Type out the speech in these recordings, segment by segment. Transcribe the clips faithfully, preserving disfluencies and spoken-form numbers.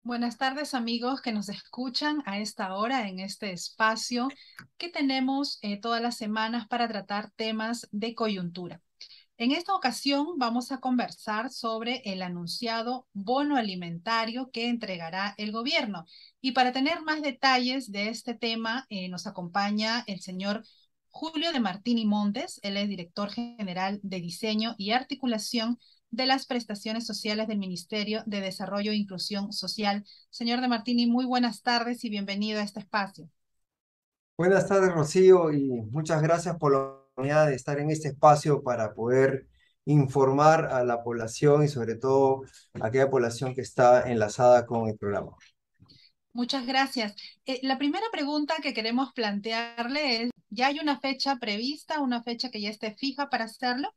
Buenas tardes, amigos que nos escuchan a esta hora en este espacio que tenemos eh, todas las semanas para tratar temas de coyuntura. En esta ocasión vamos a conversar sobre el anunciado bono alimentario que entregará el gobierno. Y para tener más detalles de este tema, eh, nos acompaña el señor Julio de Martini Montes. Él es director general de diseño y articulación de las prestaciones sociales del Ministerio de Desarrollo e Inclusión Social. Señor de Martini, muy buenas tardes y bienvenido a este espacio. Buenas tardes, Rocío, y muchas gracias por la oportunidad de estar en este espacio para poder informar a la población y sobre todo a aquella población que está enlazada con el programa. Muchas gracias. Eh, la primera pregunta que queremos plantearle es, ¿ya hay una fecha prevista, una fecha que ya esté fija para hacerlo?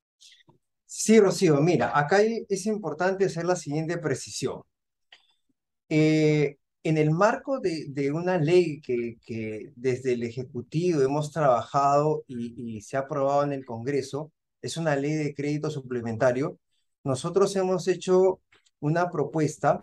Sí, Rocío, mira, acá hay- es importante hacer la siguiente precisión. Eh, en el marco de, de una ley que, que desde el Ejecutivo hemos trabajado y, y se ha aprobado en el Congreso, es una ley de crédito suplementario, nosotros hemos hecho una propuesta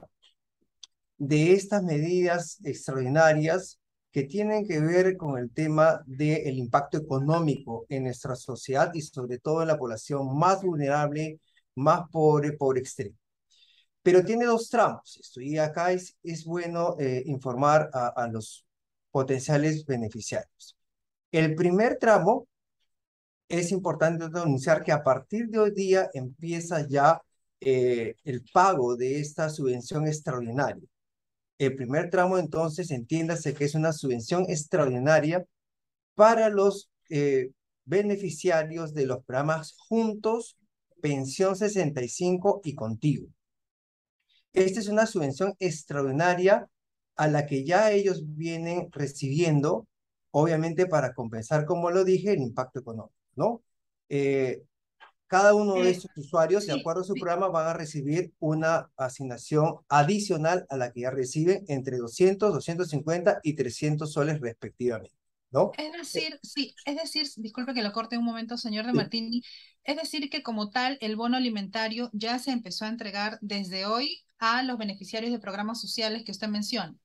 de estas medidas extraordinarias que tienen que ver con el tema del impacto económico en nuestra sociedad y sobre todo en la población más vulnerable, más pobre, por extremo. Pero tiene dos tramos esto, y acá es, es bueno eh, informar a, a los potenciales beneficiarios. El primer tramo es importante anunciar que a partir de hoy día empieza ya eh, el pago de esta subvención extraordinaria. El primer tramo, entonces, entiéndase que es una subvención extraordinaria para los eh, beneficiarios de los programas Juntos, Pensión sesenta y cinco y Contigo. Esta es una subvención extraordinaria a la que ya ellos vienen recibiendo, obviamente para compensar, como lo dije, el impacto económico, ¿no? Eh, cada uno de Eh, estos usuarios, de sí, acuerdo a su sí. programa, van a recibir una asignación adicional a la que ya reciben entre doscientos, doscientos cincuenta y trescientos soles respectivamente, ¿no? Es Eh, decir, sí, es decir, disculpe que lo corte un momento, señor de sí. Martini, es decir que como tal el bono alimentario ya se empezó a entregar desde hoy a los beneficiarios de programas sociales que usted menciona.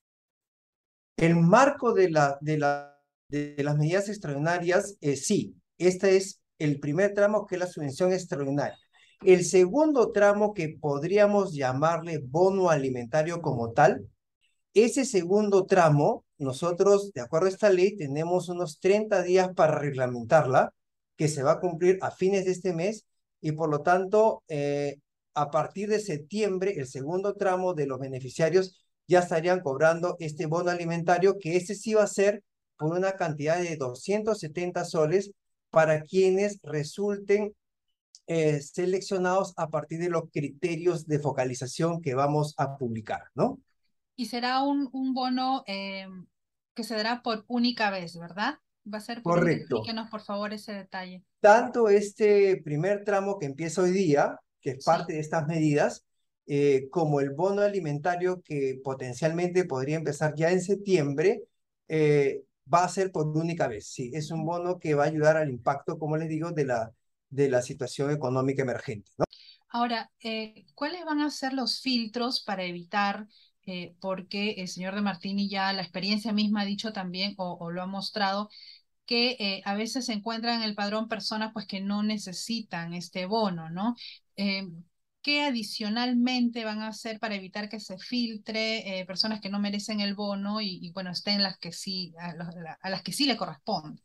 El marco de, la, de, la, de las medidas extraordinarias, eh, sí, este es el primer tramo, que es la subvención extraordinaria. El segundo tramo, que podríamos llamarle bono alimentario como tal, ese segundo tramo, nosotros, de acuerdo a esta ley, tenemos unos treinta días para reglamentarla, que se va a cumplir a fines de este mes, y por lo tanto, eh, a partir de septiembre, el segundo tramo de los beneficiarios ya estarían cobrando este bono alimentario, que ese sí va a ser por una cantidad de doscientos setenta soles para quienes resulten eh, seleccionados a partir de los criterios de focalización que vamos a publicar, ¿no? Y será un, un bono eh, que se dará por única vez, ¿verdad? Va a ser por única. Correcto. Explíquenos, por favor, ese detalle. Tanto este primer tramo que empieza hoy día, que es Sí. parte de estas medidas, eh, como el bono alimentario que potencialmente podría empezar ya en septiembre, eh, va a ser por única vez. Sí, es un bono que va a ayudar al impacto, como les digo, de la, de la situación económica emergente, ¿no? Ahora, eh, ¿cuáles van a ser los filtros para evitar, eh, porque el señor de Martini ya la experiencia misma ha dicho también o, o lo ha mostrado, que eh, a veces se encuentran en el padrón personas pues que no necesitan este bono, ¿no? Eh, ¿Qué adicionalmente van a hacer para evitar que se filtre eh, personas que no merecen el bono y, y, bueno, estén las que sí, a, los- a las que sí le corresponde?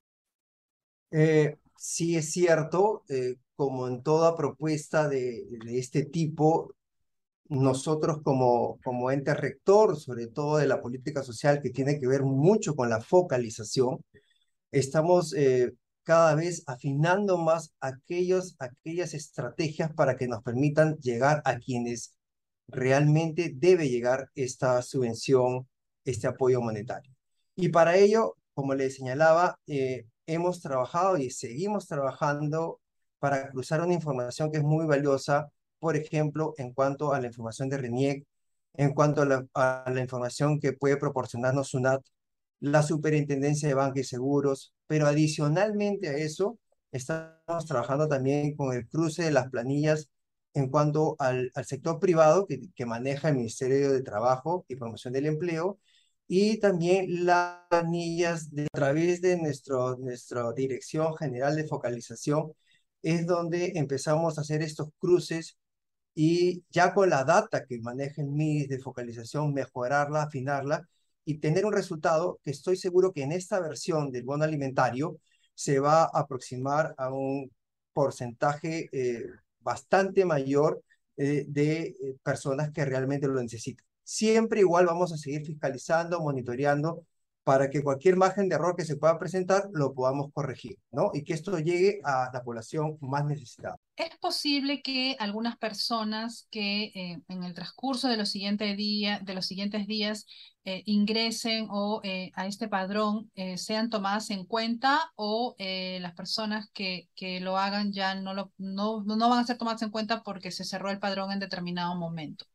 Eh, sí es cierto, eh, como en toda propuesta de, de este tipo, nosotros como, como ente rector, sobre todo de la política social que tiene que ver mucho con la focalización, estamos eh, cada vez afinando más aquellos, aquellas estrategias para que nos permitan llegar a quienes realmente debe llegar esta subvención, este apoyo monetario. Y para ello, como les señalaba, eh, hemos trabajado y seguimos trabajando para cruzar una información que es muy valiosa, por ejemplo, en cuanto a la información de RENIEC, en cuanto a la, a la información que puede proporcionarnos SUNAT, la Superintendencia de Banca y Seguros, pero adicionalmente a eso, estamos trabajando también con el cruce de las planillas en cuanto al, al sector privado que, que maneja el Ministerio de Trabajo y Promoción del Empleo, y también las planillas de, a través de nuestro, nuestra Dirección General de Focalización, es donde empezamos a hacer estos cruces y ya con la data que maneja el M I S de focalización, mejorarla, afinarla y tener un resultado que estoy seguro que en esta versión del bono alimentario se va a aproximar a un porcentaje eh, bastante mayor eh, de eh, personas que realmente lo necesitan. Siempre igual vamos a seguir fiscalizando, monitoreando, para que cualquier margen de error que se pueda presentar lo podamos corregir, ¿no? Y que esto llegue a la población más necesitada. Es posible que algunas personas que eh, en el transcurso de los siguientes días, de los siguientes días eh, ingresen o eh, a este padrón eh, sean tomadas en cuenta o eh, las personas que, que lo hagan ya no, lo, no, no van a ser tomadas en cuenta porque se cerró el padrón en determinado momento.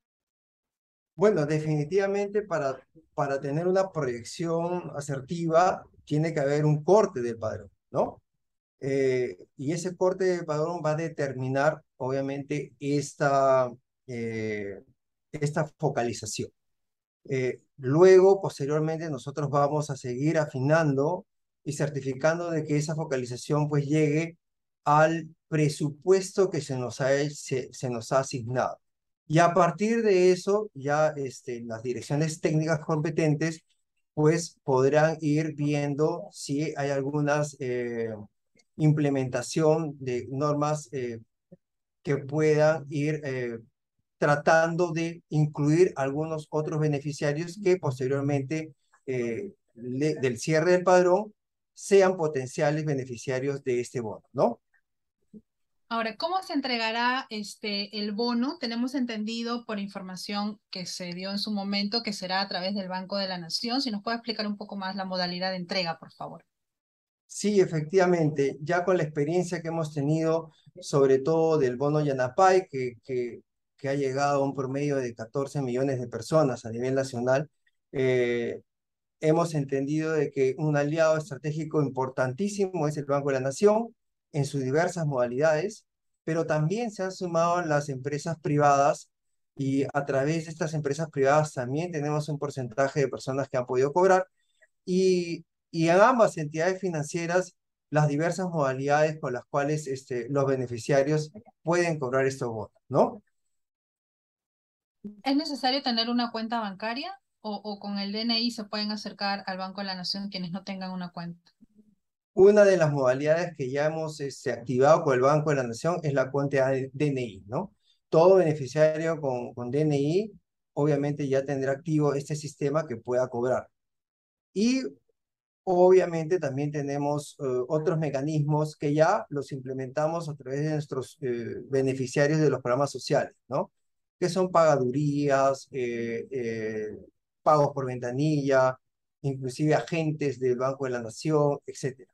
Bueno, definitivamente para, para tener una proyección asertiva tiene que haber un corte del padrón, ¿no? Eh, y ese corte del padrón va a determinar, obviamente, esta, eh, esta focalización. Eh, luego, posteriormente, nosotros vamos a seguir afinando y certificando de que esa focalización pues llegue al presupuesto que se nos ha, se, se nos ha asignado. Y a partir de eso, ya este, las direcciones técnicas competentes pues podrán ir viendo si hay algunas eh, implementación de normas eh, que puedan ir eh, tratando de incluir algunos otros beneficiarios que posteriormente eh, le, del cierre del padrón sean potenciales beneficiarios de este bono, ¿no? Ahora, ¿cómo se entregará este, el bono? Tenemos entendido por información que se dio en su momento que será a través del Banco de la Nación. Si nos puede explicar un poco más la modalidad de entrega, por favor. Sí, efectivamente, ya con la experiencia que hemos tenido, sobre todo del bono Yanapay, que, que, que ha llegado a un promedio de catorce millones de personas a nivel nacional, eh, hemos entendido de que un aliado estratégico importantísimo es el Banco de la Nación en sus diversas modalidades, pero también se han sumado las empresas privadas y a través de estas empresas privadas también tenemos un porcentaje de personas que han podido cobrar y, y en ambas entidades financieras las diversas modalidades con las cuales este, los beneficiarios pueden cobrar estos bonos, ¿no? ¿Es necesario tener una cuenta bancaria o, o con el D N I se pueden acercar al Banco de la Nación quienes no tengan una cuenta? Una de las modalidades que ya hemos este, activado con el Banco de la Nación es la cuenta de D N I, ¿no? Todo beneficiario con, con D N I obviamente ya tendrá activo este sistema que pueda cobrar. Y obviamente también tenemos eh, otros mecanismos que ya los implementamos a través de nuestros eh, beneficiarios de los programas sociales, ¿no? Que son pagadurías, eh, eh, pagos por ventanilla, inclusive agentes del Banco de la Nación, etcétera.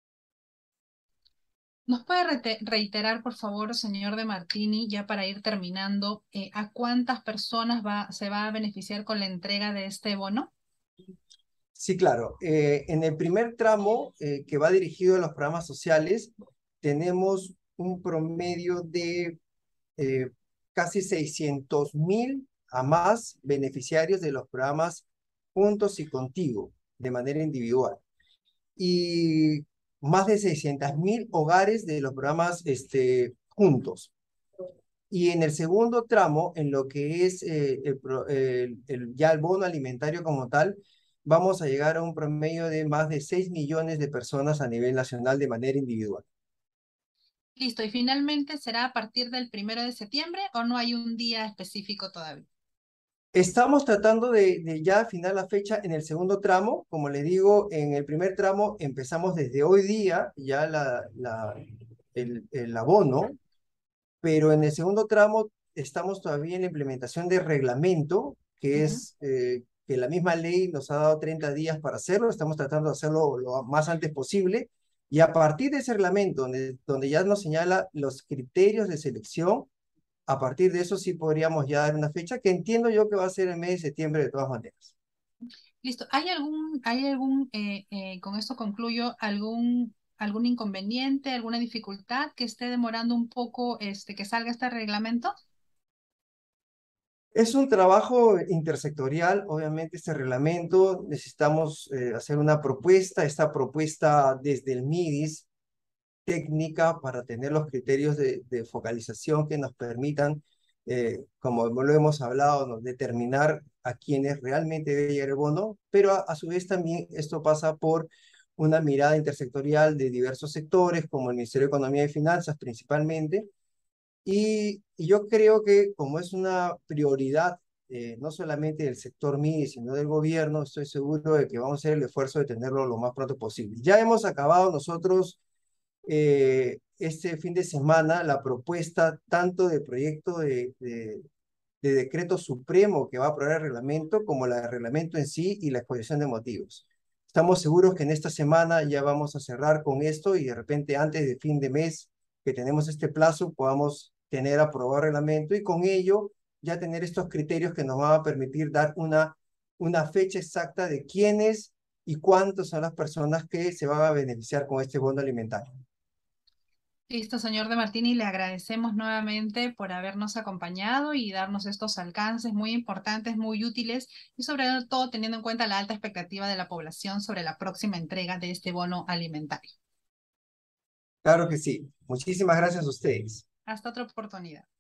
¿Nos puede rete- reiterar, por favor, señor De Martini, ya para ir terminando, eh, a cuántas personas va, se va a beneficiar con la entrega de este bono? Sí, claro. Eh, en el primer tramo, eh, que va dirigido a los programas sociales, tenemos un promedio de eh, casi seiscientos mil a más beneficiarios de los programas Juntos y Contigo, de manera individual. Y más de seiscientos mil hogares de los programas este, Juntos. Y en el segundo tramo, en lo que es eh, el, el, el, ya el bono alimentario como tal, vamos a llegar a un promedio de más de seis millones de personas a nivel nacional de manera individual. Listo, y finalmente será a partir del primero de septiembre o no hay un día específico todavía. Estamos tratando de, de ya afinar la fecha en el segundo tramo. Como le digo, en el primer tramo empezamos desde hoy día ya la, la, el, el abono, pero en el segundo tramo estamos todavía en la implementación de reglamento, que Ujú. es eh, que la misma ley nos ha dado treinta días para hacerlo, estamos tratando de hacerlo lo más antes posible, y a partir de ese reglamento, donde, donde ya nos señala los criterios de selección, a partir de eso sí podríamos ya dar una fecha que entiendo yo que va a ser el mes de septiembre de todas maneras. Listo. ¿Hay algún, hay algún, eh, eh, con esto concluyo, algún algún inconveniente, alguna dificultad que esté demorando un poco este, que salga este reglamento? Es un trabajo intersectorial, obviamente este reglamento, necesitamos eh, hacer una propuesta, esta propuesta desde el MIDIS, técnica para tener los criterios de, de focalización que nos permitan, eh, como lo hemos hablado, ¿no? Determinar a quienes realmente debe llegar el bono, pero a, a su vez también esto pasa por una mirada intersectorial de diversos sectores, como el Ministerio de Economía y Finanzas principalmente, y, y yo creo que como es una prioridad, eh, no solamente del sector MIDI, sino del gobierno, estoy seguro de que vamos a hacer el esfuerzo de tenerlo lo más pronto posible. Ya hemos acabado nosotros eh, este fin de semana la propuesta tanto del proyecto de, de, de decreto supremo que va a aprobar el reglamento como la del reglamento en sí y la exposición de motivos. Estamos seguros que en esta semana ya vamos a cerrar con esto y de repente antes de fin de mes que tenemos este plazo podamos tener aprobado el reglamento y con ello ya tener estos criterios que nos van a permitir dar una, una fecha exacta de quiénes y cuántas son las personas que se van a beneficiar con este bono alimentario. Listo, señor De Martini, le agradecemos nuevamente por habernos acompañado y darnos estos alcances muy importantes, muy útiles y sobre todo teniendo en cuenta la alta expectativa de la población sobre la próxima entrega de este bono alimentario. Claro que sí. Muchísimas gracias a ustedes. Hasta otra oportunidad.